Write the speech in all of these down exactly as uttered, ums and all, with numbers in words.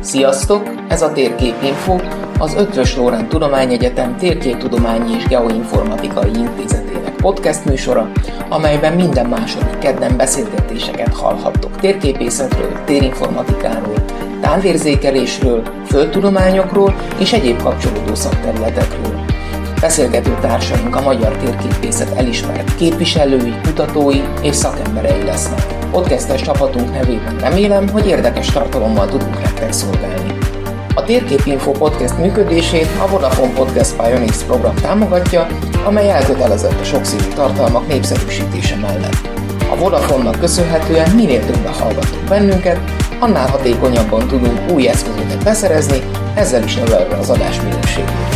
Sziasztok! Ez a Térképinfo, az Eötvös Loránd Tudományegyetem Térképtudományi és Geoinformatikai Intézetének podcast műsora, amelyben minden második kedden beszélgetéseket hallhattok térképészetről, térinformatikáról, távérzékelésről, földtudományokról és egyéb kapcsolódó szakterületekről. Beszélgető társaink a magyar térképészet elismert képviselői, kutatói és szakemberei lesznek. Podcastes csapatunk nevében remélem, hogy érdekes tartalommal tudunk nektek szolgálni. A Térképinfo podcast működését a Vodafone Podcast Pioneers program támogatja, amely elkötelezett a sokszínű tartalmak népszerűsítése mellett. A Vodafone-nak köszönhetően minél többen hallgatunk bennünket, annál hatékonyabban tudunk új eszközöket beszerezni, ezzel is növelve az adás minőségét.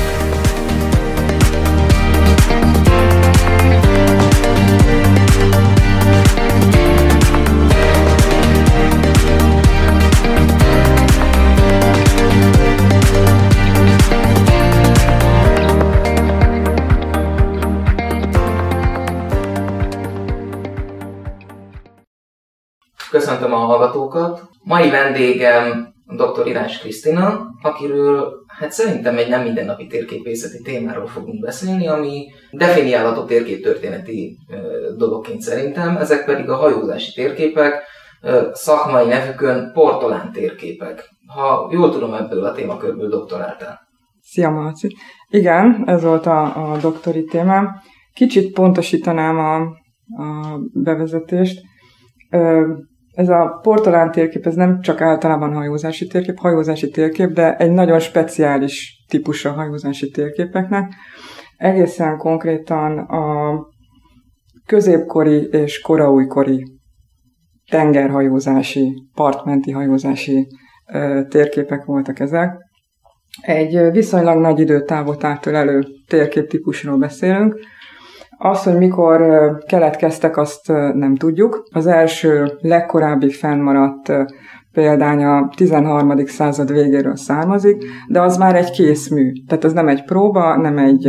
Köszöntöm a hallgatókat! Mai vendégem dr. Irás Krisztina, akiről hát szerintem egy nem mindennapi térképészeti témáról fogunk beszélni, ami definiálható térképtörténeti dologként szerintem, ezek pedig a hajózási térképek, szakmai nevükön portolán térképek. Ha jól tudom, ebből a témakörből doktoráltál. Szia, Marci! Igen, ez volt a, a doktori témám. Kicsit pontosítanám a, a bevezetést. Ez a portolán térkép, ez nem csak általában hajózási térkép, hajózási térkép, de egy nagyon speciális típusa a hajózási térképeknek. Egészen konkrétan a középkori és koraújkori tengerhajózási, partmenti hajózási térképek voltak ezek. Egy viszonylag nagy időtávot átölelő térképtípusról beszélünk. Az, hogy mikor keletkeztek, azt nem tudjuk. Az első, legkorábbi fennmaradt példány a tizenharmadik század végéről származik, de az már egy készmű. Tehát ez nem egy próba, nem egy,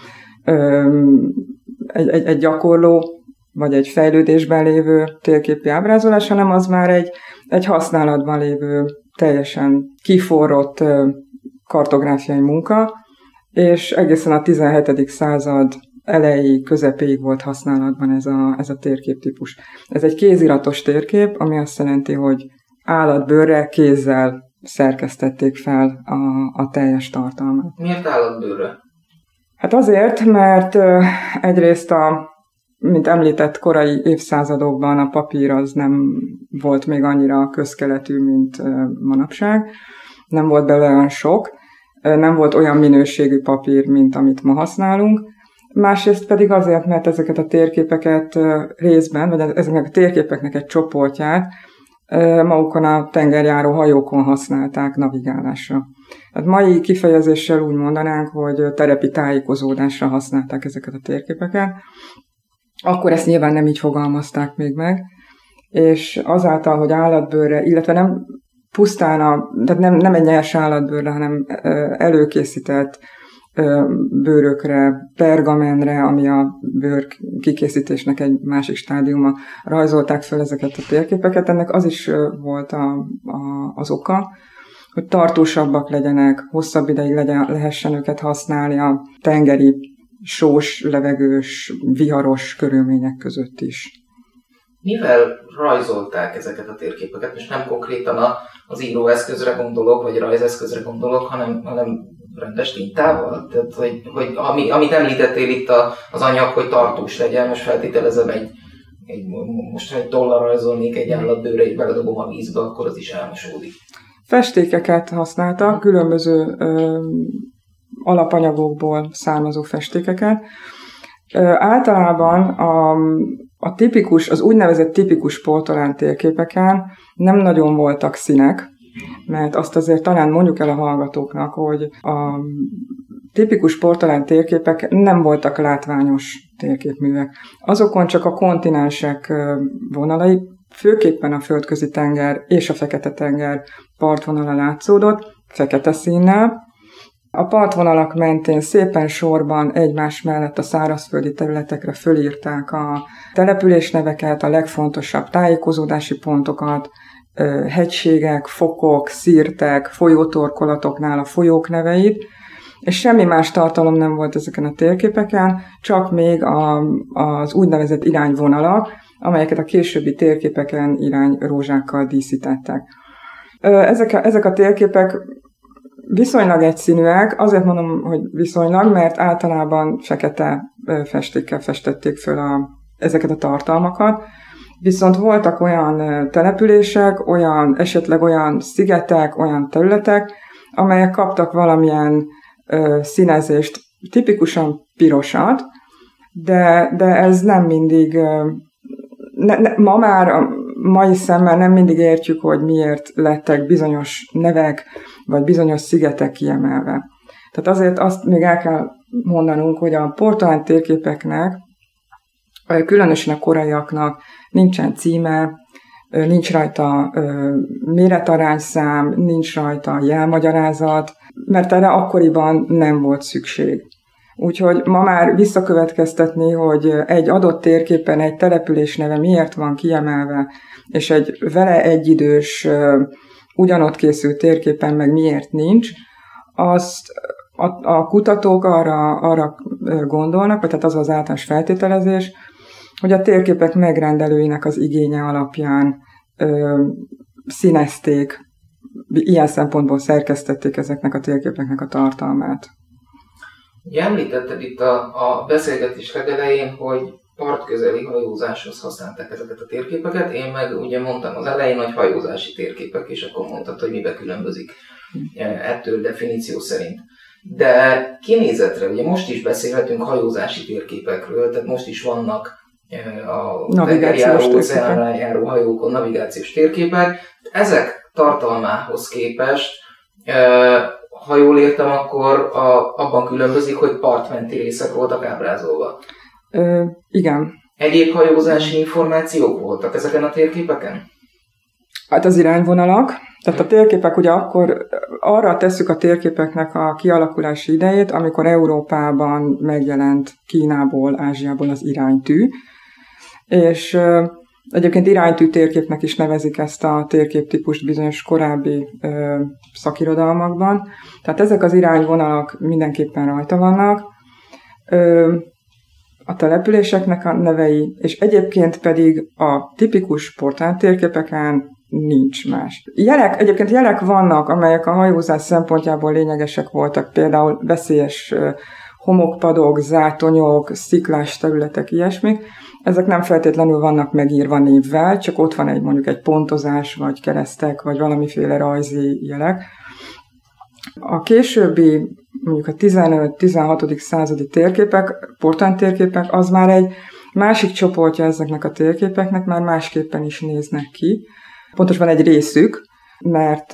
egy, egy, egy gyakorló, vagy egy fejlődésben lévő térképi ábrázolás, hanem az már egy, egy használatban lévő, teljesen kiforrott kartográfiai munka, és egészen a tizenhetedik század elejéig, közepéig volt használatban ez a, ez a térképtípus. Ez egy kéziratos térkép, ami azt jelenti, hogy állatbőrre, kézzel szerkesztették fel a, a teljes tartalmat. Miért állatbőrre? Hát azért, mert egyrészt a, mint említett korai évszázadokban a papír az nem volt még annyira közkeletű, mint manapság. Nem volt belőle olyan sok, nem volt olyan minőségű papír, mint amit ma használunk. Másrészt pedig azért, mert ezeket a térképeket részben, vagy ezeknek a térképeknek egy csoportját magukon a tengerjáró hajókon használták navigálásra. Hát mai kifejezéssel úgy mondanánk, hogy terepi tájékozódásra használták ezeket a térképeket. Akkor ezt nyilván nem így fogalmazták még meg, és azáltal, hogy állatbőrre, illetve nem pusztán, a, tehát nem, nem egy nyers állatbőrre, hanem előkészített bőrökre, pergamenre, ami a bőr kikészítésnek egy másik stádiuma, rajzolták fel ezeket a térképeket. Ennek az is volt a, a, az oka, hogy tartósabbak legyenek, hosszabb ideig legyen, lehessen őket használni a tengeri, sós, levegős, viharos körülmények között is. Mivel rajzolták ezeket a térképeket? Most nem konkrétan a, az íróeszközre gondolok, vagy rajzeszközre gondolok, hanem, hanem rendes tintával? Tehát, hogy, hogy ami, amit említettél itt a, az anyag, hogy tartós legyen, most feltételezem egy, egy most ha egy tollal rajzolnék egy állatbőrre, és beledobom a vízbe, akkor az is elmosódik. Festékeket használtak, különböző ö, alapanyagokból származó festékeket. Ö, általában a, a tipikus, az úgynevezett tipikus portolán térképeken nem nagyon voltak színek, mert azt azért talán mondjuk el a hallgatóknak, hogy a tipikus portolán térképek nem voltak látványos térképművek. Azokon csak a kontinensek vonalai, főképpen a Földközi tenger és a Fekete-tenger partvonala látszódott, fekete színnel. A partvonalak mentén szépen sorban egymás mellett a szárazföldi területekre fölírták a településneveket, a legfontosabb tájékozódási pontokat, hegységek, fokok, szirtek, folyótorkolatoknál a folyók neveit, és semmi más tartalom nem volt ezeken a térképeken, csak még a, az úgynevezett irányvonalak, amelyeket a későbbi térképeken irányrózsákkal díszítettek. Ezek a, ezek a térképek viszonylag egyszínűek, azért mondom, hogy viszonylag, mert általában fekete festékkel festették föl a, ezeket a tartalmakat, viszont voltak olyan települések, olyan, esetleg olyan szigetek, olyan területek, amelyek kaptak valamilyen ö, színezést, tipikusan pirosat, de, de ez nem mindig, ö, ne, ne, ma már a mai szemmel nem mindig értjük, hogy miért lettek bizonyos nevek, vagy bizonyos szigetek kiemelve. Tehát azért azt még el kell mondanunk, hogy a portugál térképeknek, különösen a koraiaknak nincsen címe, nincs rajta méretarányszám, nincs rajta jelmagyarázat, mert erre akkoriban nem volt szükség. Úgyhogy ma már visszakövetkeztetni, hogy egy adott térképen egy település neve miért van kiemelve, és egy vele egyidős, ugyanott készült térképen meg miért nincs, azt a, a kutatók arra, arra gondolnak, vagy tehát az az általános feltételezés, hogy a térképek megrendelőinek az igénye alapján ö, színezték, ilyen szempontból szerkesztették ezeknek a térképeknek a tartalmát. Ugye említetted itt a, a beszélgetés legelején, hogy partközeli hajózáshoz használták ezeket a térképeket, én meg ugye mondtam az elején, hogy hajózási térképek, és akkor mondtad, hogy mibe különbözik ettől definíció szerint. De kinézetre, ugye most is beszélhetünk hajózási térképekről, tehát most is vannak a tengerjáró, óceánra járó hajókon navigációs térképek. Ezek tartalmához képest, ha jól értem, akkor a, abban különbözik, hogy partmenti részek voltak ábrázolva. Ö, igen. Egyéb hajózási információk voltak ezeken a térképeken? Hát az irányvonalak. Tehát a térképek ugye akkor arra tesszük a térképeknek a kialakulási idejét, amikor Európában megjelent Kínából, Ázsiából az iránytű. És ö, egyébként iránytű térképnek is nevezik ezt a térképtípust bizonyos korábbi ö, szakirodalmakban. Tehát ezek az irányvonalak mindenképpen rajta vannak. Ö, a településeknek a nevei, és egyébként pedig a tipikus portán térképeken nincs más. Jelek, egyébként jelek vannak, amelyek a hajózás szempontjából lényegesek voltak, például veszélyes homokpadok, zátonyok, sziklás területek, ilyesmik. Ezek nem feltétlenül vannak megírva névvel, csak ott van egy mondjuk egy pontozás, vagy keresztek, vagy valamiféle rajzi jelek. A későbbi, mondjuk a tizenöt-tizenhatodik századi térképek, portán térképek, az már egy másik csoportja ezeknek a térképeknek, már másképpen is néznek ki. Pontosban egy részük, mert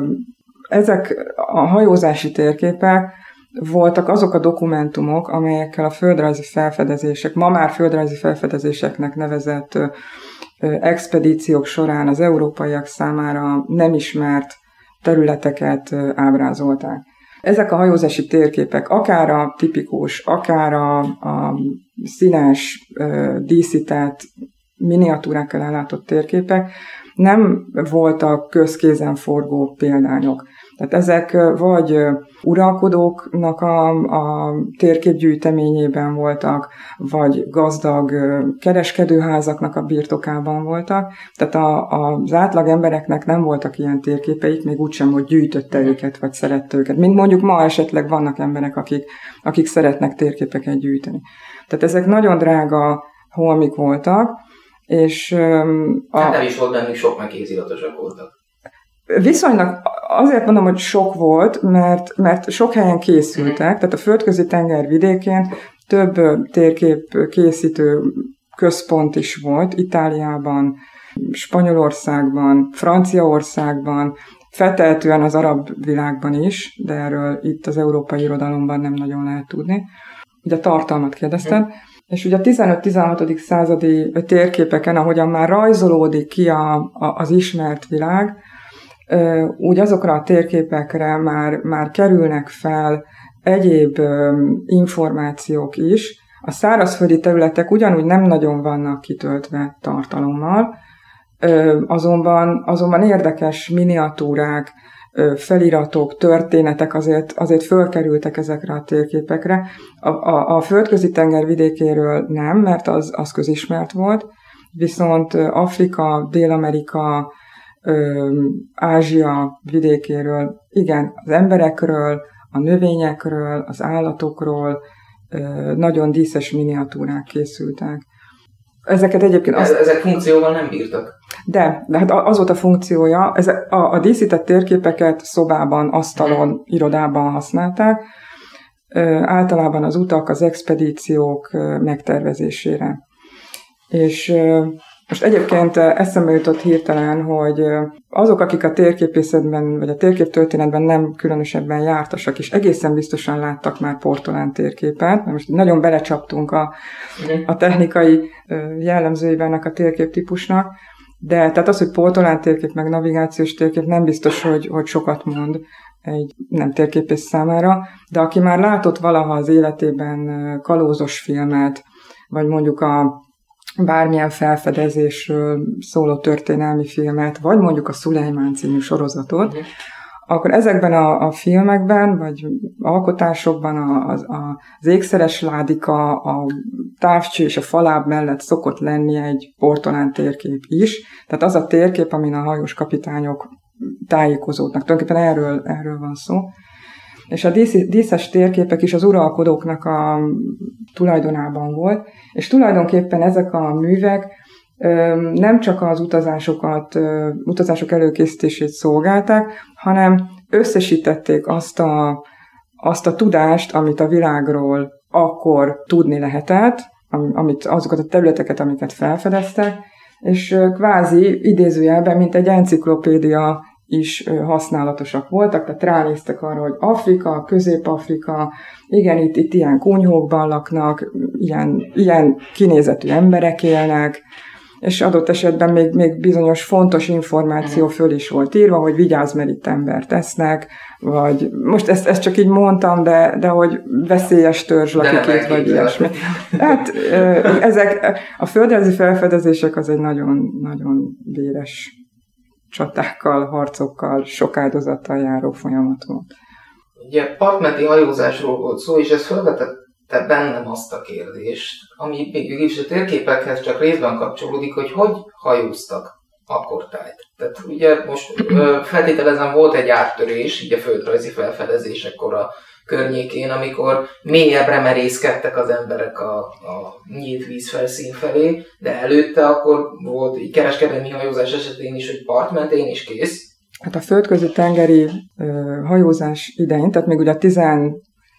ezek a hajózási térképek voltak azok a dokumentumok, amelyekkel a földrajzi felfedezések, ma már földrajzi felfedezéseknek nevezett expedíciók során az európaiak számára nem ismert területeket ábrázolták. Ezek a hajózási térképek, akár a tipikus, akár a, a színes, díszített, miniatúrákkal ellátott térképek nem voltak közkézen forgó példányok. Tehát ezek vagy uralkodóknak a, a térképgyűjteményében voltak, vagy gazdag kereskedőházaknak a birtokában voltak. Tehát a, az átlag embereknek nem voltak ilyen térképeik, még úgysem, hogy gyűjtötte őket, vagy szerette őket. Mint mondjuk ma esetleg vannak emberek, akik, akik szeretnek térképeket gyűjteni. Tehát ezek nagyon drága holmik voltak, és... A... Hát nem is volt bennük sok, meg kéziratosak voltak. Viszonylag azért mondom, hogy sok volt, mert, mert sok helyen készültek, mm-hmm. tehát a földközi tenger vidékén több térkép készítő központ is volt, Itáliában, Spanyolországban, Franciaországban, feltehetően az arab világban is, de erről itt az európai irodalomban nem nagyon lehet tudni. Ugye a tartalmat kérdezted, mm-hmm. és ugye a tizenöt-tizenhatodik századi térképeken, ahogyan már rajzolódik ki a, a, az ismert világ, úgy azokra a térképekre már, már kerülnek fel egyéb információk is. A szárazföldi területek ugyanúgy nem nagyon vannak kitöltve tartalommal, Azonban, azonban érdekes miniatúrák, feliratok, történetek azért, azért fölkerültek ezekre a térképekre. A, a, a földközi tenger vidékéről nem, mert az, az közismert volt, viszont Afrika, Dél-Amerika, Ázsia vidékéről, igen, az emberekről, a növényekről, az állatokról nagyon díszes miniatúrák készültek. Ezeket egyébként... Azt... Ezek funkcióval nem bírtak. De, de hát az volt a funkciója, ez a, a díszített térképeket szobában, asztalon, hmm. irodában használták, általában az utak, az expedíciók megtervezésére. És most egyébként eszembe jutott hirtelen, hogy azok, akik a térképészetben, vagy a térképtörténetben nem különösebben jártasak, és egészen biztosan láttak már portolán térképet, mert most nagyon belecsaptunk a, a technikai jellemzőiben a térképtípusnak, de tehát az, hogy portolán térkép, meg navigációs térkép nem biztos, hogy, hogy sokat mond egy nem térképész számára, de aki már látott valaha az életében kalózos filmet, vagy mondjuk a bármilyen felfedezésről szóló történelmi filmet, vagy mondjuk a Szulejmán című sorozatot, mm. akkor ezekben a, a filmekben, vagy alkotásokban a, az, a, az ékszeres ládika, a távcső és a faláb mellett szokott lenni egy portolán térkép is. Tehát az a térkép, amin a hajós kapitányok tájékozódnak. Tulajdonképpen erről, erről van szó. És a díszes térképek is az uralkodóknak a tulajdonában volt, és tulajdonképpen ezek a művek nem csak az utazásokat, utazások előkészítését szolgálták, hanem összesítették azt a, azt a tudást, amit a világról akkor tudni lehetett, amit, azokat a területeket, amiket felfedeztek, és kvázi idézőjelben, mint egy enciklopédia is használatosak voltak, tehát ránéztek arra, hogy Afrika, Közép-Afrika, igen, itt, itt ilyen kunyhókban laknak, ilyen, ilyen kinézetű emberek élnek, és adott esetben még, még bizonyos fontos információ föl is volt írva, hogy vigyázz, mert itt embert esznek, vagy most ezt, ezt csak így mondtam, de, de hogy veszélyes törzs lakik itt, vagy ilyesmi. Hát ezek, a földrajzi felfedezések az egy nagyon, nagyon véres csatákkal, harcokkal, sok áldozattal járó folyamat volt. Ugye partmenti hajózásról volt szó, és ez felvetette bennem azt a kérdést, ami mégis a térképekhez csak részben kapcsolódik, hogy hogy hajóztak akkortájt. Tehát ugye most feltételezem volt egy áttörés, így a földrajzi felfedezésekor a környékén, amikor mélyebbre merészkedtek az emberek a, a nyílt vízfelszín felé, de előtte akkor volt így kereskedelmi hajózás esetén is, hogy part mentén is kész. Hát a földközi tengeri ö, hajózás idején, tehát még ugye a tizenegy,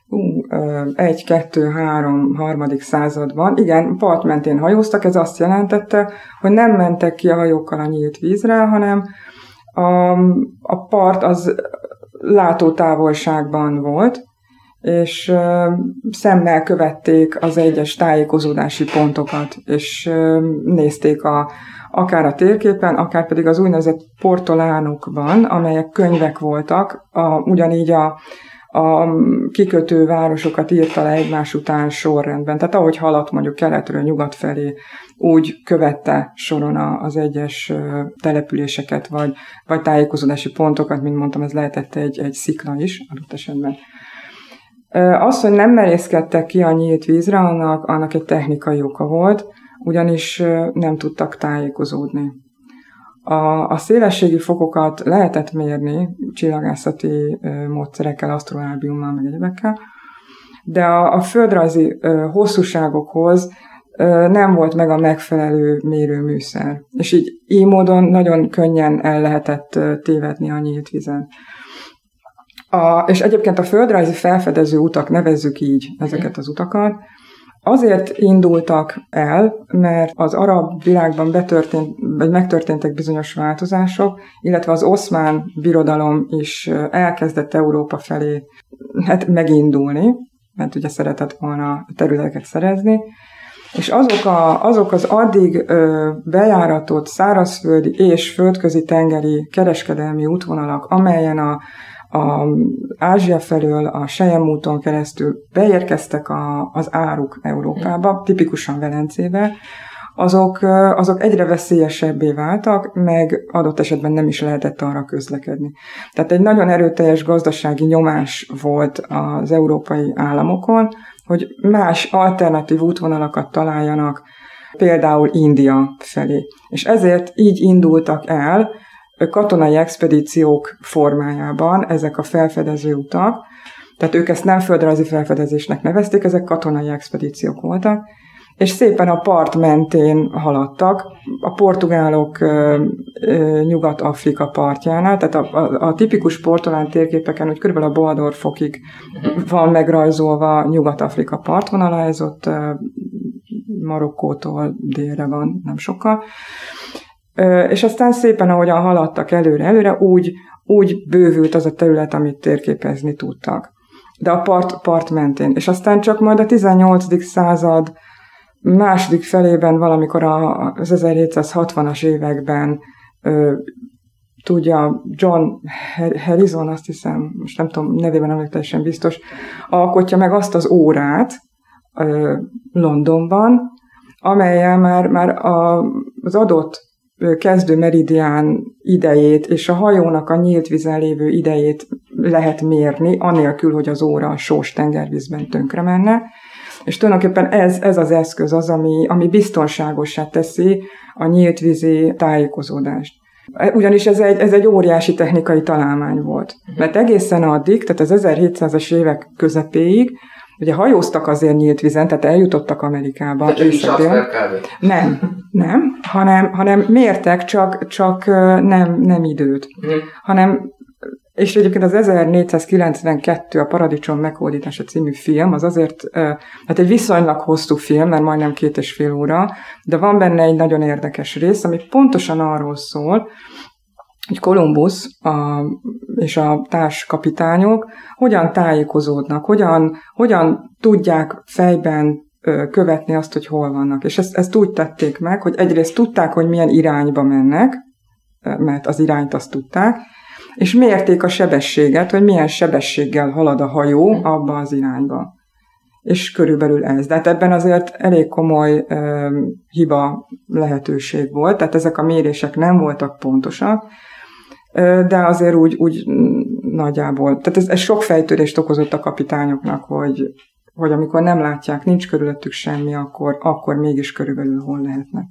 kettő, három harmadik században, igen, part mentén hajóztak, ez azt jelentette, hogy nem mentek ki a hajókkal a nyílt vízre, hanem a, a part az látótávolságban volt, és uh, szemmel követték az egyes tájékozódási pontokat, és uh, nézték a, akár a térképen, akár pedig az úgynevezett portolánokban, amelyek könyvek voltak, a, ugyanígy a, a kikötő városokat írta le egymás után sorrendben. Tehát ahogy haladt mondjuk keletről nyugat felé, úgy követte soron az egyes településeket, vagy, vagy tájékozódási pontokat, mint mondtam, ez lehetett egy, egy szikla is adott esetben. Az, hogy nem merészkedtek ki a nyílt vízre, annak, annak egy technikai oka volt, ugyanis nem tudtak tájékozódni. A, a szélességi fokokat lehetett mérni csillagászati módszerekkel, asztrolábiummal, meg egyebekkel, de a, a földrajzi hosszúságokhoz nem volt meg a megfelelő mérőműszer. És így, így módon nagyon könnyen el lehetett tévedni a nyílt vízen. A, és egyébként a földrajzi felfedező utak, nevezzük így ezeket az utakat, azért indultak el, mert az arab világban betörtént, vagy megtörténtek bizonyos változások, illetve az oszmán birodalom is elkezdett Európa felé hát megindulni, mert ugye szeretett volna területeket szerezni, és azok, a, azok az addig ö, bejáratott szárazföldi és földközi tengeri kereskedelmi útvonalak, amelyen a A Ázsia felől a Selyem úton keresztül beérkeztek a, az áruk Európába, tipikusan Velencébe, azok, azok egyre veszélyesebbé váltak, meg adott esetben nem is lehetett arra közlekedni. Tehát egy nagyon erőteljes gazdasági nyomás volt az európai államokon, hogy más alternatív útvonalakat találjanak, például India felé. És ezért így indultak el katonai expedíciók formájában ezek a felfedező utak, tehát ők ezt nem földrajzi felfedezésnek nevezték, ezek katonai expedíciók voltak, és szépen a part mentén haladtak, a portugálok ö, ö, Nyugat-Afrika partjánál, tehát a, a, a tipikus portolán térképeken, úgy körülbelül a Baldorfokig van megrajzolva Nyugat-Afrika partvonala, ez ott ö, Marokkótól délre van, nem sokkal. Ö, és aztán szépen, ahogyan haladtak előre-előre, úgy, úgy bővült az a terület, amit térképezni tudtak. De a part, part mentén. És aztán csak majd a tizennyolcadik század második felében, valamikor az ezerhétszázhatvanas években ö, tudja John Harrison, azt hiszem, most nem tudom, nevében nem vagyok teljesen biztos, alkotja meg azt az órát ö, Londonban, amellyel már, már a, az adott kezdő meridián idejét és a hajónak a nyílt vízen lévő idejét lehet mérni, anélkül, hogy az óra a sós tengervízben tönkre menne. És tulajdonképpen ez, ez az eszköz az, ami, ami biztonságosá teszi a nyíltvízi tájékozódást. Ugyanis ez egy, ez egy óriási technikai találmány volt. Mert egészen addig, tehát az ezerhétszázas évek közepéig, ugye hajóztak azért nyílt vízen, tehát eljutottak Amerikába. De csak is fel kávét. Nem, nem, hanem, hanem mértek, csak, csak nem, nem időt. Hmm. Hanem, és egyébként az ezernégyszázkilencvenkettő a Paradicsom meghódítása című film, az azért, hát egy viszonylag hosszú film, mert majdnem két és fél óra, de van benne egy nagyon érdekes rész, ami pontosan arról szól, hogy Kolumbusz a, és a társkapitányok hogyan tájékozódnak, hogyan, hogyan tudják fejben ö, követni azt, hogy hol vannak. És ezt, ezt úgy tették meg, hogy egyrészt tudták, hogy milyen irányba mennek, mert az irányt azt tudták, és mérték a sebességet, hogy milyen sebességgel halad a hajó abba az irányba. És körülbelül ez. De hát ebben azért elég komoly ö, hiba lehetőség volt, tehát ezek a mérések nem voltak pontosak, ö, de azért úgy, úgy nagyjából. Tehát ez, ez sok fejtörést okozott a kapitányoknak, hogy, hogy amikor nem látják, nincs körülöttük semmi, akkor, akkor mégis körülbelül hol lehetnek.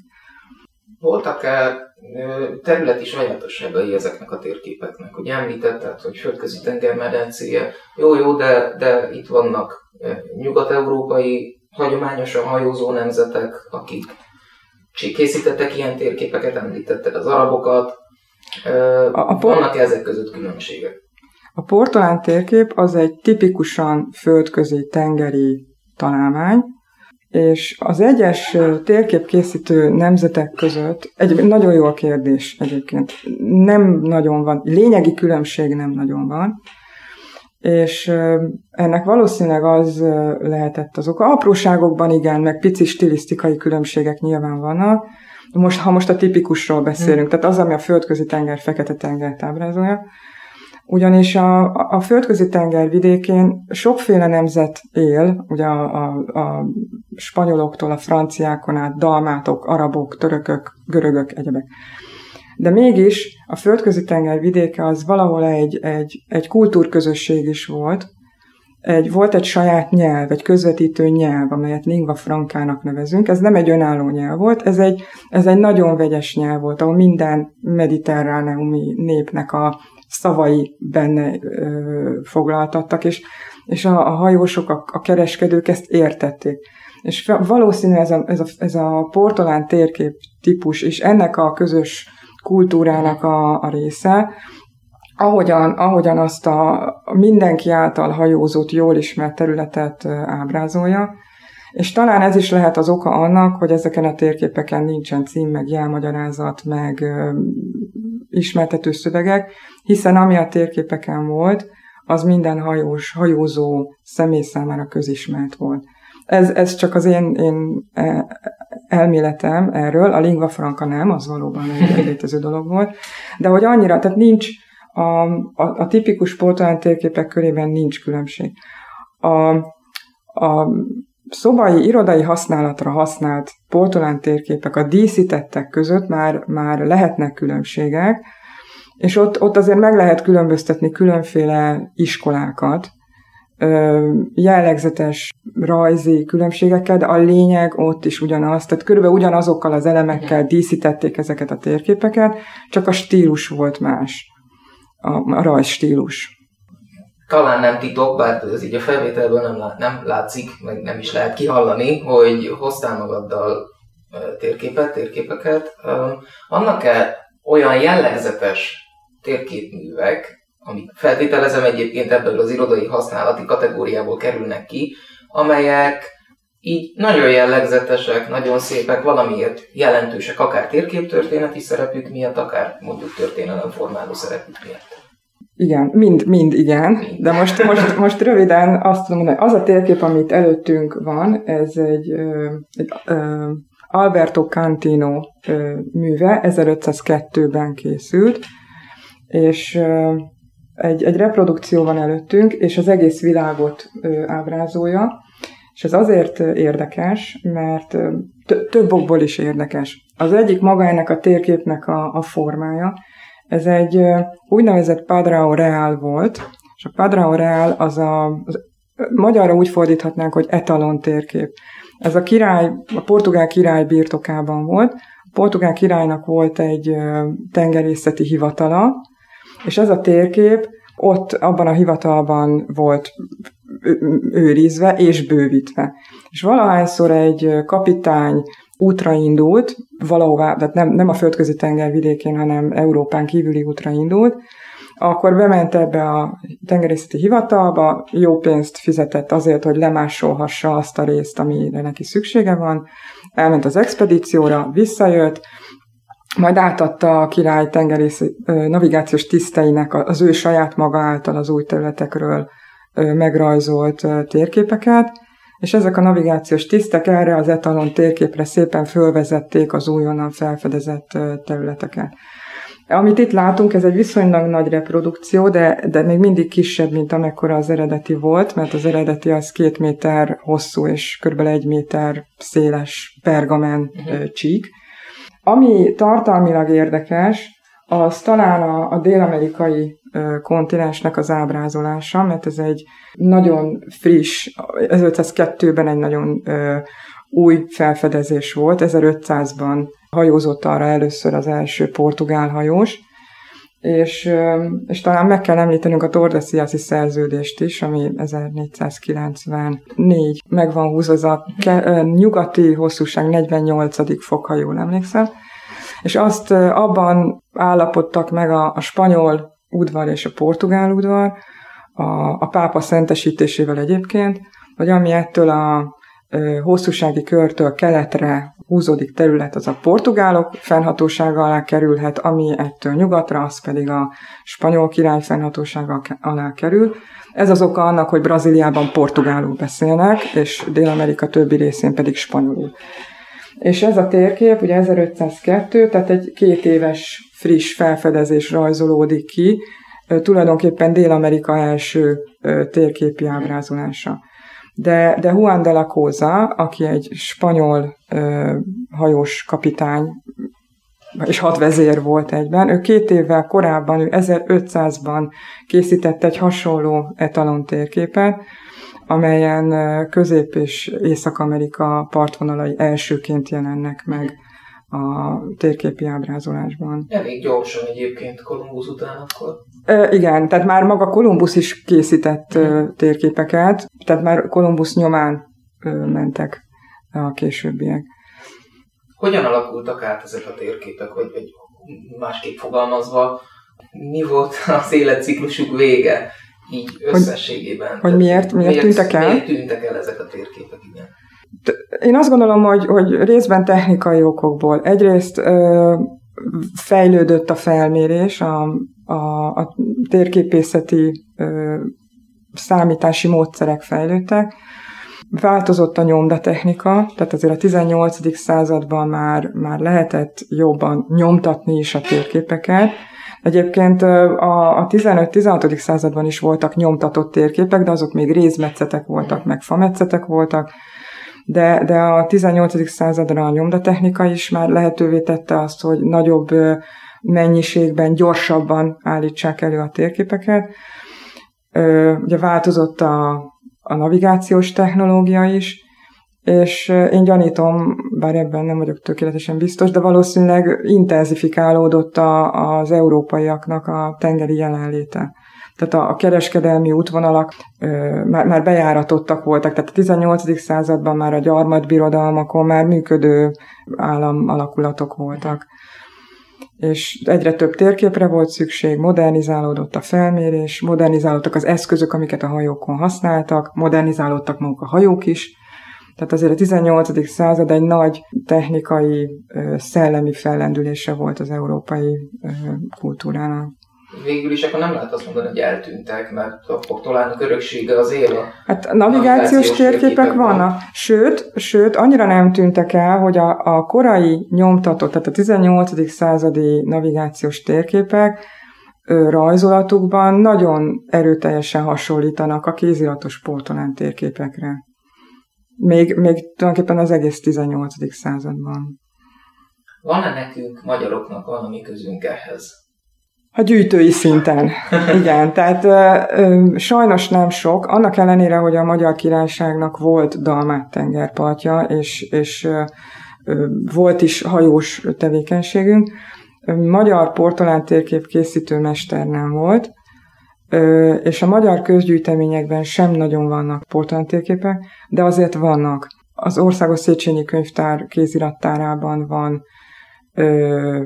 Voltak-e területi sajátosságai ezeknek a térképeknek? Ugye említetted, hogy földközi tengermedencéje, jó, jó, de, de itt vannak nyugat-európai hagyományosan hajózó nemzetek, akik készítettek ilyen térképeket, említetted az arabokat. A, a vannak ezek között különbségek? A portolán térkép az egy tipikusan földközi tengeri találmány, és az egyes térképkészítő nemzetek között, egy nagyon jó a kérdés egyébként, nem nagyon van, lényegi különbség nem nagyon van, és ennek valószínűleg az lehetett az oka. Apróságokban igen, meg pici stilisztikai különbségek nyilván vannak. Most, ha most a tipikusról beszélünk, hmm. tehát az, ami a földközi tenger, fekete tengert ábrázolja, ugyanis a, a földközi tenger vidékén sokféle nemzet él, ugye a, a, a spanyoloktól a franciákon át, dalmátok, arabok, törökök, görögök, egyebek. De mégis a földközi tenger vidéke az valahol egy, egy, egy kultúrközösség is volt. Egy, volt egy saját nyelv, egy közvetítő nyelv, amelyet lingua frankának nevezünk. Ez nem egy önálló nyelv volt, ez egy, ez egy nagyon vegyes nyelv volt, ahol minden mediterráneumi népnek a szavai benne ö, foglaltattak, és, és a, a hajósok, a, a kereskedők ezt értették. És valószínű ez a, ez a, ez a portolán térkép típus, és ennek a közös kultúrának a, a része, ahogyan, ahogyan azt a mindenki által hajózott, jól ismert területet ábrázolja, és talán ez is lehet az oka annak, hogy ezeken a térképeken nincsen cím, meg jelmagyarázat, meg ö, ismertető szövegek, hiszen ami a térképeken volt, az minden hajós, hajózó személy számára közismert volt. Ez, ez csak az én, én elméletem erről, a lingua franca nem, az valóban egy létező dolog volt, de hogy annyira, tehát nincs, a, a, a tipikus portolán térképek körében nincs különbség. A, a szobai, irodai használatra használt portolán térképek, a díszítettek között már, már lehetnek különbségek, és ott, ott azért meg lehet különböztetni különféle iskolákat, jellegzetes rajzi különbségekkel, de a lényeg ott is ugyanaz, tehát körülbelül ugyanazokkal az elemekkel díszítették ezeket a térképeket, csak a stílus volt más, a, a rajzstílus. Talán nem titok, bár ez így a felvételből nem, lá, nem látszik, meg nem is lehet kihallani, hogy hoztál magaddal térképet, térképeket. Vannak-e olyan jellegzetes térképművek, amik feltételezem egyébként ebből az irodai használati kategóriából kerülnek ki, amelyek így nagyon jellegzetesek, nagyon szépek, valamiért jelentősek, akár térképtörténeti szerepük miatt, akár mondjuk történelemformáló szerepük miatt. Igen, mind, mind igen, de most, most, most röviden azt tudom mondani, az a térkép, amit előttünk van, ez egy, egy Alberto Cantino műve, ezerötszázkettőben készült, és egy, egy reprodukció van előttünk, és az egész világot ábrázolja, és ez azért érdekes, mert több okból is érdekes. Az egyik maga ennek a térképnek a, a formája, ez egy úgynevezett Padrão Real volt, és a Padrão Real az a, az, magyarra úgy fordíthatnánk, hogy etalon térkép. Ez a király, a portugál király birtokában volt, a portugál királynak volt egy tengerészeti hivatala, és ez a térkép ott abban a hivatalban volt őrizve és bővítve. És valahányszor egy kapitány útra indult, valahová, tehát nem, nem a földközi tenger vidékén, hanem Európán kívüli útra indult, akkor bement ebbe a tengerészeti hivatalba, jó pénzt fizetett azért, hogy lemásolhassa azt a részt, amire neki szüksége van, elment az expedícióra, visszajött, majd átadta a király tengerész navigációs tiszteinek az ő saját maga által az új területekről megrajzolt térképeket, és ezek a navigációs tisztek erre az etalon térképre szépen fölvezették az újonnan felfedezett területeket. Amit itt látunk, ez egy viszonylag nagy reprodukció, de, de még mindig kisebb, mint amekkora az eredeti volt, mert az eredeti az két méter hosszú és kb. egy méter széles pergamen uh-huh. csík. Ami tartalmilag érdekes, az talán a, a dél-amerikai kontinensnek az ábrázolása, mert ez egy nagyon friss, ezerötszázkettőben egy nagyon ö, új felfedezés volt, ezerötszázban hajózott arra először az első portugál hajós, és, ö, és talán meg kell említenünk a Tordesillas-i szerződést is, ami ezernégyszázkilencvennégy meg van húzva, az a ke, ö, nyugati hosszúság negyvennyolc fok, ha jól emlékszem, és azt ö, abban állapodtak meg a, a spanyol udvar és a portugál udvar, a, a pápa szentesítésével egyébként, hogy ami ettől a ö, hosszúsági körtől keletre húzódik terület, az a portugálok fennhatósága alá kerülhet, ami ettől nyugatra, az pedig a spanyol király fennhatósága alá kerül. Ez az oka annak, hogy Brazíliában portugálul beszélnek, és Dél-Amerika többi részén pedig spanyolul. És ez a térkép, ugye ezerötszázkettő, tehát egy két éves friss felfedezés rajzolódik ki, tulajdonképpen Dél-Amerika első térképi ábrázolása. De, de Juan de la Cosa, aki egy spanyol ö, hajós kapitány, és hadvezér volt egyben, ő két évvel korábban, ő ezerötszázban készített egy hasonló etalon térképet, amelyen Közép- és Észak-Amerika partvonalai elsőként jelennek meg a térképi ábrázolásban. Elég gyorsan egyébként Kolumbusz után akkor. E, igen, tehát már maga Kolumbusz is készített mm. térképeket, tehát már Kolumbusz nyomán mentek a későbbiek. Hogyan alakultak át ezek a térképek, vagy, vagy másképp fogalmazva, mi volt az életciklusuk vége, így összességében? Hogy, hogy miért, miért, miért tűntek el? Miért tűntek el ezek a térképek, igen? Én azt gondolom, hogy, hogy részben technikai okokból. Egyrészt ö, fejlődött a felmérés, a, a, a térképészeti ö, számítási módszerek fejlődtek, változott a nyomdatechnika, tehát azért a tizennyolcadik században már, már lehetett jobban nyomtatni is a térképeket. Egyébként a, a tizenöt-tizenhatodik században is voltak nyomtatott térképek, de azok még rézmetszetek voltak, meg fametszetek voltak. de, de a tizennyolcadik századra a nyomdatechnika is már lehetővé tette azt, hogy nagyobb mennyiségben, gyorsabban állítsák elő a térképeket. Ugye változott a, a navigációs technológia is, és én gyanítom, bár ebben nem vagyok tökéletesen biztos, de valószínűleg intenzifikálódott a, az európaiaknak a tengeri jelenléte. Tehát a, a kereskedelmi útvonalak ö, már, már bejáratottak voltak, tehát a tizennyolcadik században már a gyarmatbirodalmakon már működő állam alakulatok voltak. És egyre több térképre volt szükség, modernizálódott a felmérés, modernizálódtak az eszközök, amiket a hajókon használtak, modernizálódtak maguk a hajók is. Tehát azért a tizennyolcadik század egy nagy technikai, szellemi fellendülése volt az európai kultúrának. Végül is akkor nem lehet azt mondani, hogy eltűntek, mert a portolánok öröksége az él. Hát a navigációs térképek vannak. Sőt, sőt, annyira nem tűntek el, hogy a, a korai nyomtatott, tehát a tizennyolcadik századi navigációs térképek ö, rajzolatukban nagyon erőteljesen hasonlítanak a kéziratos portolán térképekre. Még, még tulajdonképpen az egész tizennyolcadik században. Van-e nekünk, magyaroknak valami közünk ehhez? A gyűjtői szinten. Igen, tehát ö, ö, sajnos nem sok, annak ellenére, hogy a Magyar Királyságnak volt Dalmát tengerpartja, és, és ö, ö, volt is hajós tevékenységünk. Magyar portolán térkép készítő mester nem volt, ö, és a magyar közgyűjteményekben sem nagyon vannak portolán térképek, de azért vannak. Az Országos Széchenyi Könyvtár kézirattárában van ö,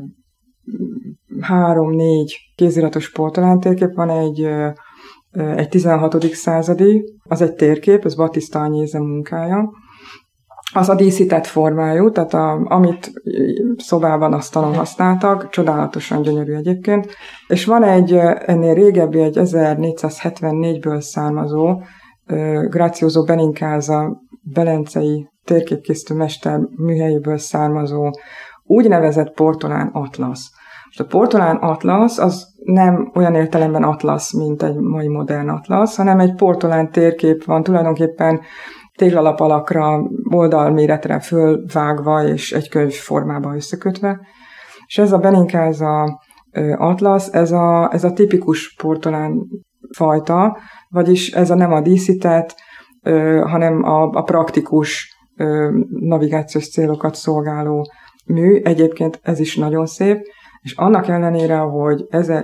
három-négy kéziratos portolán térkép, van egy, egy tizenhatodik századi, az egy térkép, ez Batista Agnese munkája. Az a díszített formájú, tehát a, amit szobában, asztalon használtak, csodálatosan gyönyörű egyébként. És van egy ennél régebbi, egy ezernégyszázhetvennégből származó Grazioso Benincasa belencei térképkészítő mester műhelyéből származó úgynevezett portolán atlasz. Most a portolán atlasz az nem olyan értelemben atlasz, mint egy mai modern atlasz, hanem egy portolán térkép van tulajdonképpen téglalap alakra, oldalméretre fölvágva és egy könyv formába összekötve. És ez a Benincasa atlasz, ez a, ez a tipikus portolán fajta, vagyis ez a nem a díszített, hanem a, a praktikus navigációs célokat szolgáló mű. Egyébként ez is nagyon szép, és annak ellenére, hogy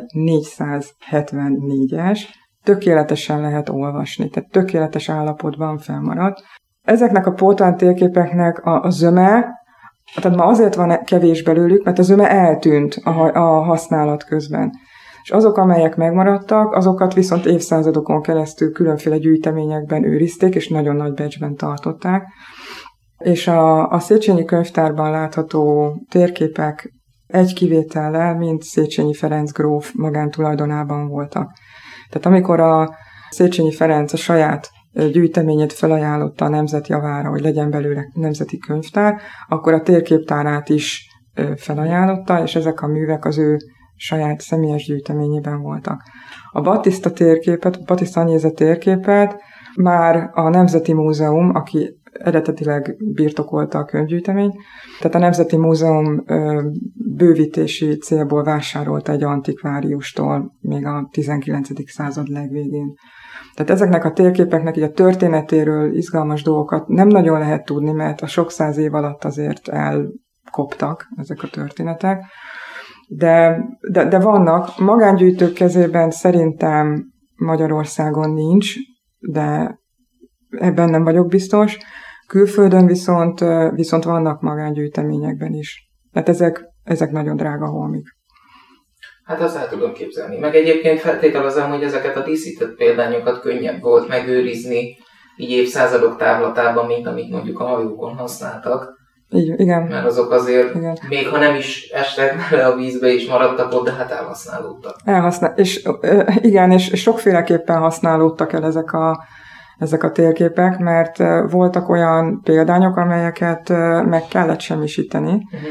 ezernégyszázhetvennégyes, tökéletesen lehet olvasni, tehát tökéletes állapotban felmaradt. Ezeknek a portolán térképeknek a, a zöme, tehát ma azért van kevés belőlük, mert a zöme eltűnt a, a használat közben. És azok, amelyek megmaradtak, azokat viszont évszázadokon keresztül különféle gyűjteményekben őrizték, és nagyon nagy becsben tartották. És a, a Széchenyi Könyvtárban látható térképek egy kivétellel, mint Széchenyi Ferenc gróf magántulajdonában voltak. Tehát amikor a Széchenyi Ferenc a saját gyűjteményét felajánlotta a nemzet javára, hogy legyen belőle nemzeti könyvtár, akkor a térképtárát is felajánlotta, és ezek a művek az ő saját személyes gyűjteményében voltak. A Batista térképet, a Batista Agnese térképet már a Nemzeti Múzeum, aki eredetileg birtokolta a könyvgyűjteményt, tehát a Nemzeti Múzeum bővítési célból vásárolta egy antikváriustól még a tizenkilencedik század legvégén. Tehát ezeknek a térképeknek így a történetéről izgalmas dolgokat nem nagyon lehet tudni, mert a sok száz év alatt azért elkoptak ezek a történetek. De, de, de vannak, magángyűjtők kezében szerintem Magyarországon nincs, de ebben nem vagyok biztos. Külföldön viszont, viszont vannak magángyűjteményekben is. Tehát ezek, ezek nagyon drága holmik. Hát azt el tudom képzelni. Meg egyébként feltételezem, hogy ezeket a díszített példányokat könnyebb volt megőrizni így évszázadok távlatában, mint amit mondjuk a hajókon használtak. Így, igen. Mert azok azért, igen. Még ha nem is estek bele a vízbe és maradtak ott, de hát elhasználódtak. Elhasznál, és igen, és sokféleképpen használódtak el ezek a, ezek a térképek, mert voltak olyan példányok, amelyeket meg kellett semmisíteni. Uh-huh.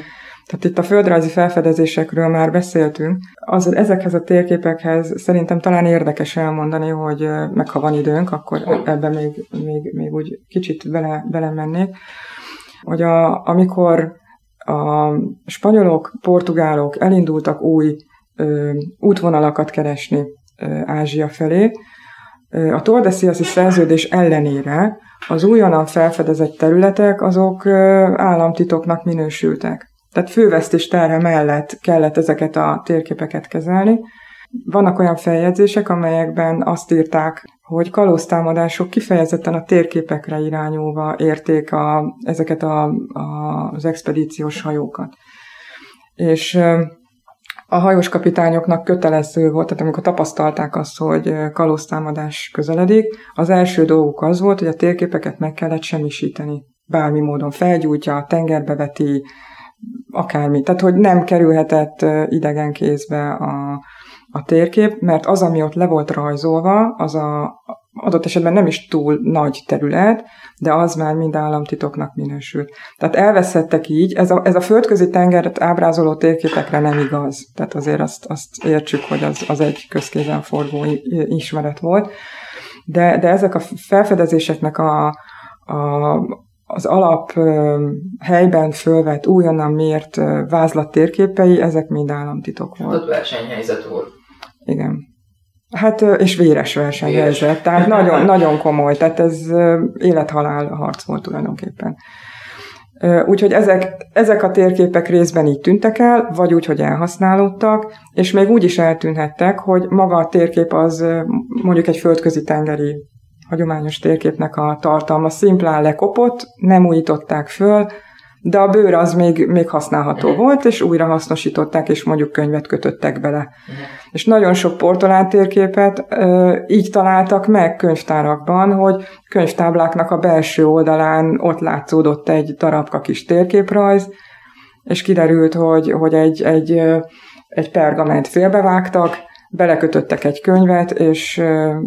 Tehát itt a földrajzi felfedezésekről már beszéltünk. Az, ezekhez a térképekhez szerintem talán érdekes elmondani, hogy meg ha van időnk, akkor ebben még, még, még úgy kicsit bele, belemennék, hogy a, amikor a spanyolok, portugálok elindultak új ö, útvonalakat keresni ö, Ázsia felé, ö, a Tordesillas-i szerződés ellenére az újonnan felfedezett területek azok ö, államtitoknak minősültek. Tehát fővesztés terhe mellett kellett ezeket a térképeket kezelni. Vannak olyan feljegyzések, amelyekben azt írták, hogy kalóztámadások kifejezetten a térképekre irányulva érték a, ezeket a, a, az expedíciós hajókat. És a hajós kapitányoknak kötelező volt, tehát amikor tapasztalták azt, hogy kalóztámadás közeledik, az első dolguk az volt, hogy a térképeket meg kellett semmisíteni. Bármi módon felgyújtja, tengerbe veti, akármi. Tehát, hogy nem kerülhetett idegen kézbe a, a térkép, mert az, ami ott le volt rajzolva, az a adott esetben nem is túl nagy terület, de az már mind államtitoknak minősült. Tehát elveszettek így, ez a, ez a földközi tengert ábrázoló térképekre nem igaz. Tehát azért azt, azt értsük, hogy az, az egy közkézen forgó ismeret volt. De, de ezek a felfedezéseknek a, a az alap helyben fölvett, újonnan mért vázlat térképei, ezek mind államtitok volt. Ott versenyhelyzet volt. Igen. Hát, és véres versenyhelyzet, véres. Tehát nagyon, nagyon komoly, tehát ez élet-halál harc volt tulajdonképpen. Úgyhogy ezek, ezek a térképek részben így tűntek el, vagy úgy, hogy elhasználódtak, és még úgy is eltűnhettek, hogy maga a térkép az mondjuk egy földközi tengeri hagyományos térképnek a tartalma szimplán lekopott, nem újították föl, de a bőr az még, még használható uh-huh. volt, és újra hasznosították, és mondjuk könyvet kötöttek bele. Uh-huh. És nagyon sok portolán térképet ö, így találtak meg könyvtárakban, hogy könyvtábláknak a belső oldalán ott látszódott egy darabka kis térképrajz, és kiderült, hogy, hogy egy, egy, egy pergament félbevágtak, belekötöttek egy könyvet, és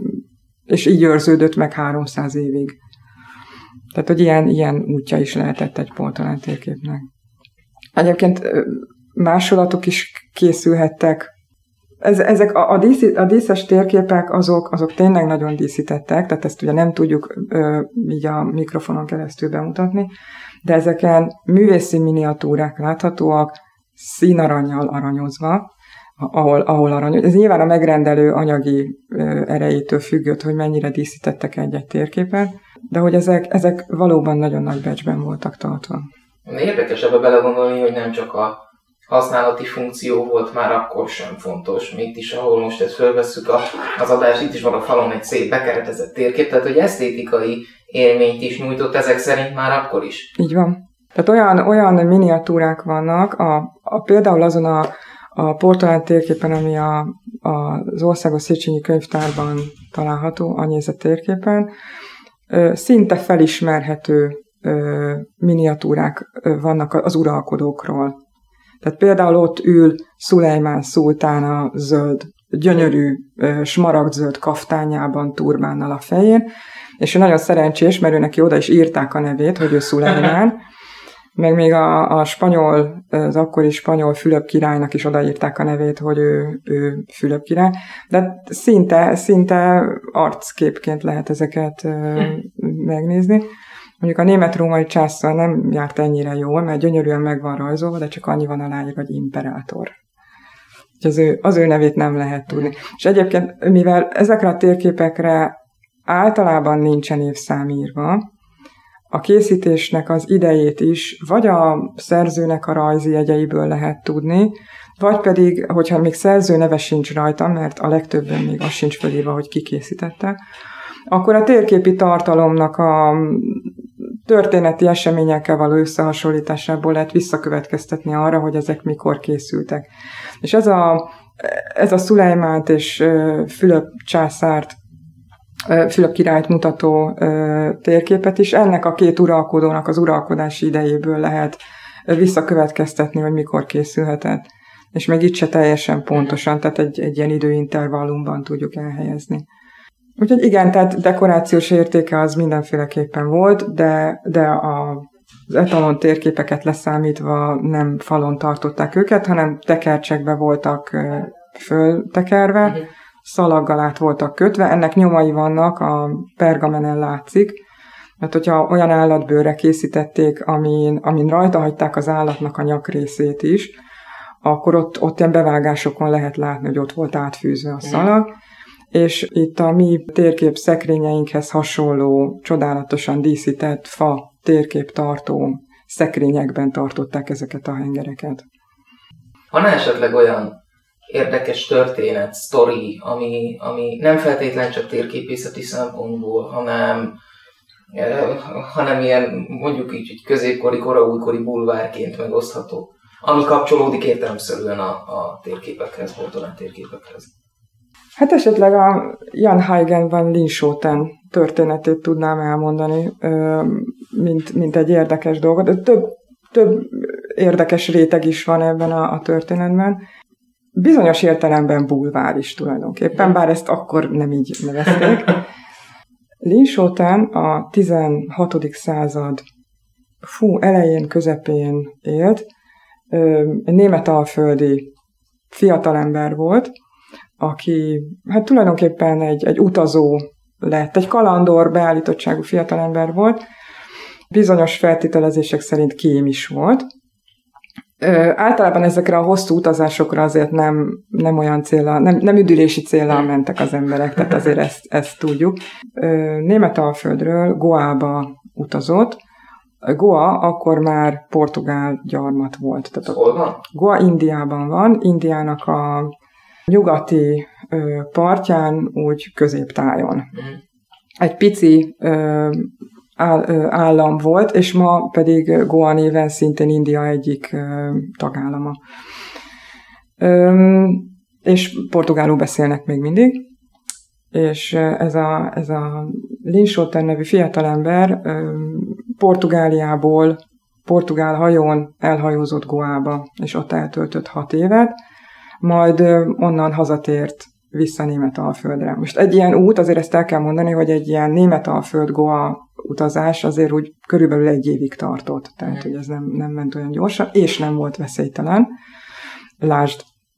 és így őrződött meg háromszáz évig. Tehát, hogy ilyen, ilyen útja is lehetett egy portolán térképnek. Egyébként másolatok is készülhettek. Ez, ezek a, a, díszi, a díszes térképek, azok, azok tényleg nagyon díszítettek, tehát ezt ugye nem tudjuk ö, így a mikrofonon keresztül bemutatni, de ezeken művészi miniatúrák láthatóak, színarannnyal aranyozva, ahol, ahol arany. Ez nyilván a megrendelő anyagi erejétől függött, hogy mennyire díszítettek egy-egy térképet, de hogy ezek, ezek valóban nagyon nagy becsben voltak tartva. Érdekes ebbe belegondolni, hogy nem csak a használati funkció volt már akkor sem fontos. Még itt is, ahol most ezt fölvesszük a, az adást, itt is van a falon egy szép bekeretezett térkép, tehát hogy esztétikai élményt is nyújtott ezek szerint már akkor is. Így van. Tehát olyan, olyan miniatúrák vannak, a, a, például azon a A portolán térképen, ami a, a, az Országos Széchenyi Könyvtárban található, a nézett térképen, szinte felismerhető miniatúrák vannak az uralkodókról. Tehát például ott ül Szulejmán szultán a zöld, gyönyörű, smaragdzöld kaftányában, turbánnal a fején, és ő nagyon szerencsés, mert ő neki oda is írták a nevét, hogy ő Szulejmán, meg még a, a spanyol, az akkori spanyol Fülöp királynak is odaírták a nevét, hogy ő, ő Fülöp király, de szinte, szinte arcképként lehet ezeket hmm. megnézni. Mondjuk a német-római császár nem járt ennyire jól, mert gyönyörűen meg van rajzolva, de csak annyi van aláírva, hogy imperátor. Az ő, az ő nevét nem lehet tudni. És egyébként, mivel ezekre a térképekre általában nincsen évszám írva, a készítésnek az idejét is vagy a szerzőnek a rajzi jegyeiből lehet tudni, vagy pedig, hogyha még szerző neve sincs rajta, mert a legtöbben még az sincs felírva, hogy ki készítette, akkor a térképi tartalomnak a történeti eseményekkel való összehasonlításából lehet visszakövetkeztetni arra, hogy ezek mikor készültek. És ez a, ez a Szulejmánt és Fülöp császárt, Fülöp királyt mutató térképet is ennek a két uralkodónak az uralkodási idejéből lehet visszakövetkeztetni, hogy mikor készülhetett. És még itt se teljesen pontosan, tehát egy, egy ilyen időintervallumban tudjuk elhelyezni. Úgyhogy igen, tehát dekorációs értéke az mindenféleképpen volt, de, de a, az etalon térképeket leszámítva nem falon tartották őket, hanem tekercsekbe voltak föltekerve, uh-huh. szalaggal át voltak kötve, ennek nyomai vannak, a pergamenen látszik, mert hogyha olyan állatbőrre készítették, amin, amin rajta hagyták az állatnak a nyakrészét is, akkor ott, ott ilyen bevágásokon lehet látni, hogy ott volt átfűzve a szalag, uh-huh. és itt a mi térkép szekrényeinkhez hasonló, csodálatosan díszített fa térképtartó szekrényekben tartották ezeket a hengereket. Van esetleg olyan érdekes történet, sztori, ami, ami nem feltétlen csak térképészeti szempontból, hanem, eh, hanem ilyen mondjuk így, hogy középkori, koraújkori bulvárként megosztható, ami kapcsolódik értelemszerűen a, a térképekhez, portolán térképekhez. Hát esetleg a Jan Huygens van Linschoten történetét tudnám elmondani, mint, mint egy érdekes dolgot. De több, több érdekes réteg is van ebben a, a történetben. Bizonyos értelemben bulvár is tulajdonképpen, bár ezt akkor nem így nevezték. Linschoten a tizenhatodik század fú, elején, közepén élt, egy németalföldi fiatalember volt, aki hát tulajdonképpen egy, egy utazó lett, egy kalandor beállítottságú fiatalember volt, bizonyos feltételezések szerint kém is volt. Ö, általában ezekre a hosszú utazásokra azért nem, nem olyan céllal, nem, nem üdülési céllal mentek az emberek, tehát azért ezt, ezt tudjuk. Ö, Németalföldről Goába utazott. Goa akkor már portugál gyarmat volt. Tehát Hol van? Goa Indiában van, Indiának a nyugati ö, partján, úgy középtájon. Mm. Egy pici ö, áll, ö, állam volt, és ma pedig Goa néven szintén India egyik ö, tagállama. Ö, és portugálul beszélnek még mindig, és ez a, ez a Linschoten nevű fiatalember ö, Portugáliából portugál hajón elhajózott Goába, és ott eltöltött hat évet, majd onnan hazatért vissza Németalföldre. Most egy ilyen út, azért ezt el kell mondani, hogy egy ilyen Németalföld-Goa utazás azért úgy körülbelül egy évig tartott, tehát hogy ez nem, nem ment olyan gyorsan, és nem volt veszélytelen. Lásd,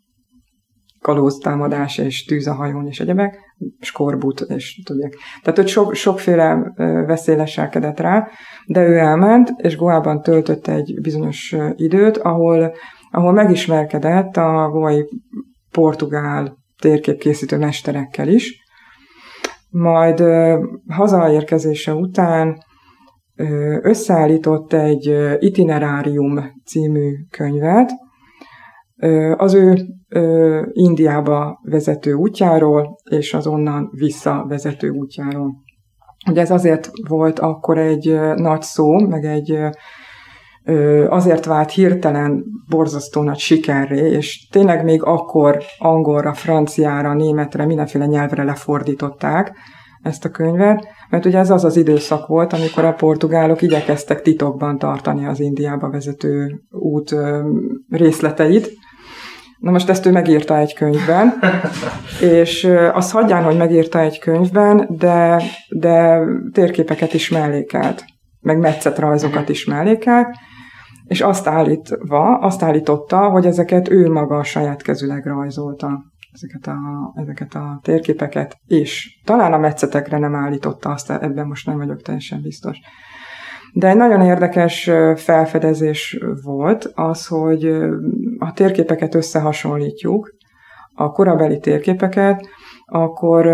kalóztámadás és tűz a hajón és egyebek, skorbut, és tudják. Tehát, hogy sok, sokféle veszély leselkedett rá, de ő elment, és Goában töltött egy bizonyos időt, ahol ahol megismerkedett a goai portugál térképkészítő mesterekkel is. Majd ö, hazaérkezése után ö, összeállított egy Itinerárium című könyvet ö, az ő ö, Indiába vezető útjáról, és az onnan visszavezető útjáról. Ugye ez azért volt akkor egy ö, nagy szó, meg egy ö, azért vált hirtelen borzasztó nagy sikerré, és tényleg még akkor angolra, franciára, németre, mindenféle nyelvre lefordították ezt a könyvet, mert ugye ez az az időszak volt, amikor a portugálok igyekeztek titokban tartani az Indiába vezető út részleteit. Na most ezt ő megírta egy könyvben, és azt hagyján, hogy megírta egy könyvben, de, de térképeket is mellékelt, meg metszetrajzokat is mellékelt, és azt állítva, azt állította, hogy ezeket ő maga saját kezüleg rajzolta, ezeket a, ezeket a térképeket, és talán a metszetekre nem állította, azt ebben most nem vagyok teljesen biztos. De egy nagyon érdekes felfedezés volt az, hogy ha térképeket összehasonlítjuk, a korabeli térképeket, akkor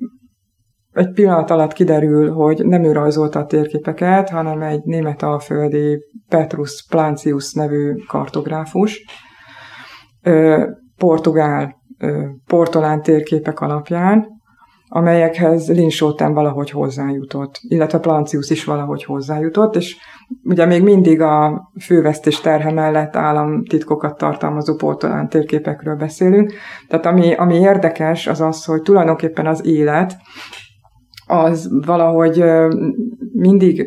egy pillanat alatt kiderül, hogy nem ő rajzolta a térképeket, hanem egy németalföldi Petrus Plancius nevű kartográfus, portugál portolán térképek alapján, amelyekhez Linschoten valahogy hozzájutott, illetve Plancius is valahogy hozzájutott, és ugye még mindig a fővesztés terhe mellett államtitkokat tartalmazó portolán térképekről beszélünk. Tehát ami, ami érdekes, az az, hogy tulajdonképpen az élet az valahogy mindig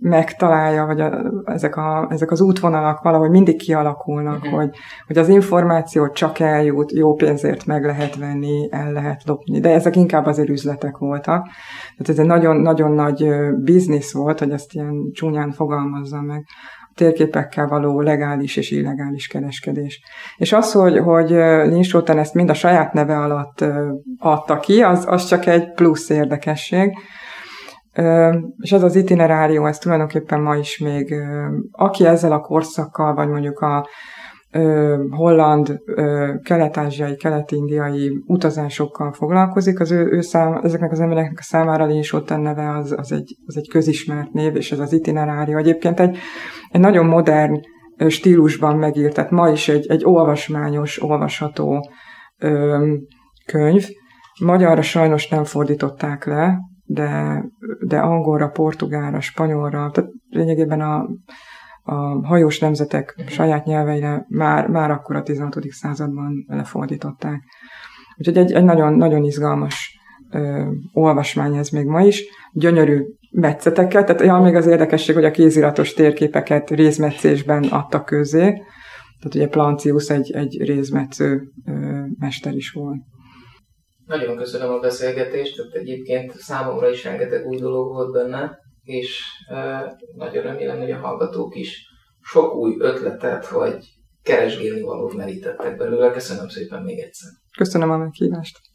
megtalálja, vagy a, ezek, a, ezek az útvonalak valahogy mindig kialakulnak, uh-huh. hogy, hogy az információ csak eljut, jó pénzért meg lehet venni, el lehet lopni, de ezek inkább azért üzletek voltak. Tehát ez egy nagyon-nagyon nagy biznisz volt, hogy ezt ilyen csúnyán fogalmazzam meg, térképekkel való legális és illegális kereskedés. És az, hogy, hogy Lynch Roten ezt mind a saját neve alatt adta ki, az, az csak egy plusz érdekesség. És ez az itinerárium, ez tulajdonképpen ma is még, aki ezzel a korszakkal, vagy mondjuk a holland, kelet-ázsiai, kelet-indiai utazásokkal foglalkozik, az ő, ő szám, ezeknek az embereknek a számára Lynch Roten neve az, az, egy, az egy közismert név, és ez az itinerárium egyébként egy, egy nagyon modern stílusban megírt, tehát ma is egy, egy olvasmányos, olvasható ö, könyv. Magyarra sajnos nem fordították le, de, de angolra, portugálra, spanyolra, tehát lényegében a, a hajós nemzetek uh-huh. saját nyelveire már, már akkor a tizenhatodik században lefordították. Úgyhogy egy, egy nagyon, nagyon izgalmas ö, olvasmány ez még ma is, gyönyörű metszetekkel, tehát ja, még az érdekesség, hogy a kéziratos térképeket rézmetszésben adtak közzé, tehát ugye Plancius egy, egy rézmetsző ö, mester is volt. Nagyon köszönöm a beszélgetést, tehát egyébként számomra is rengeteg új dolog volt benne, és e, nagyon remélem, hogy a hallgatók is sok új ötletet vagy keresgélni valót merítettek belőle. Köszönöm szépen még egyszer. Köszönöm a meghívást.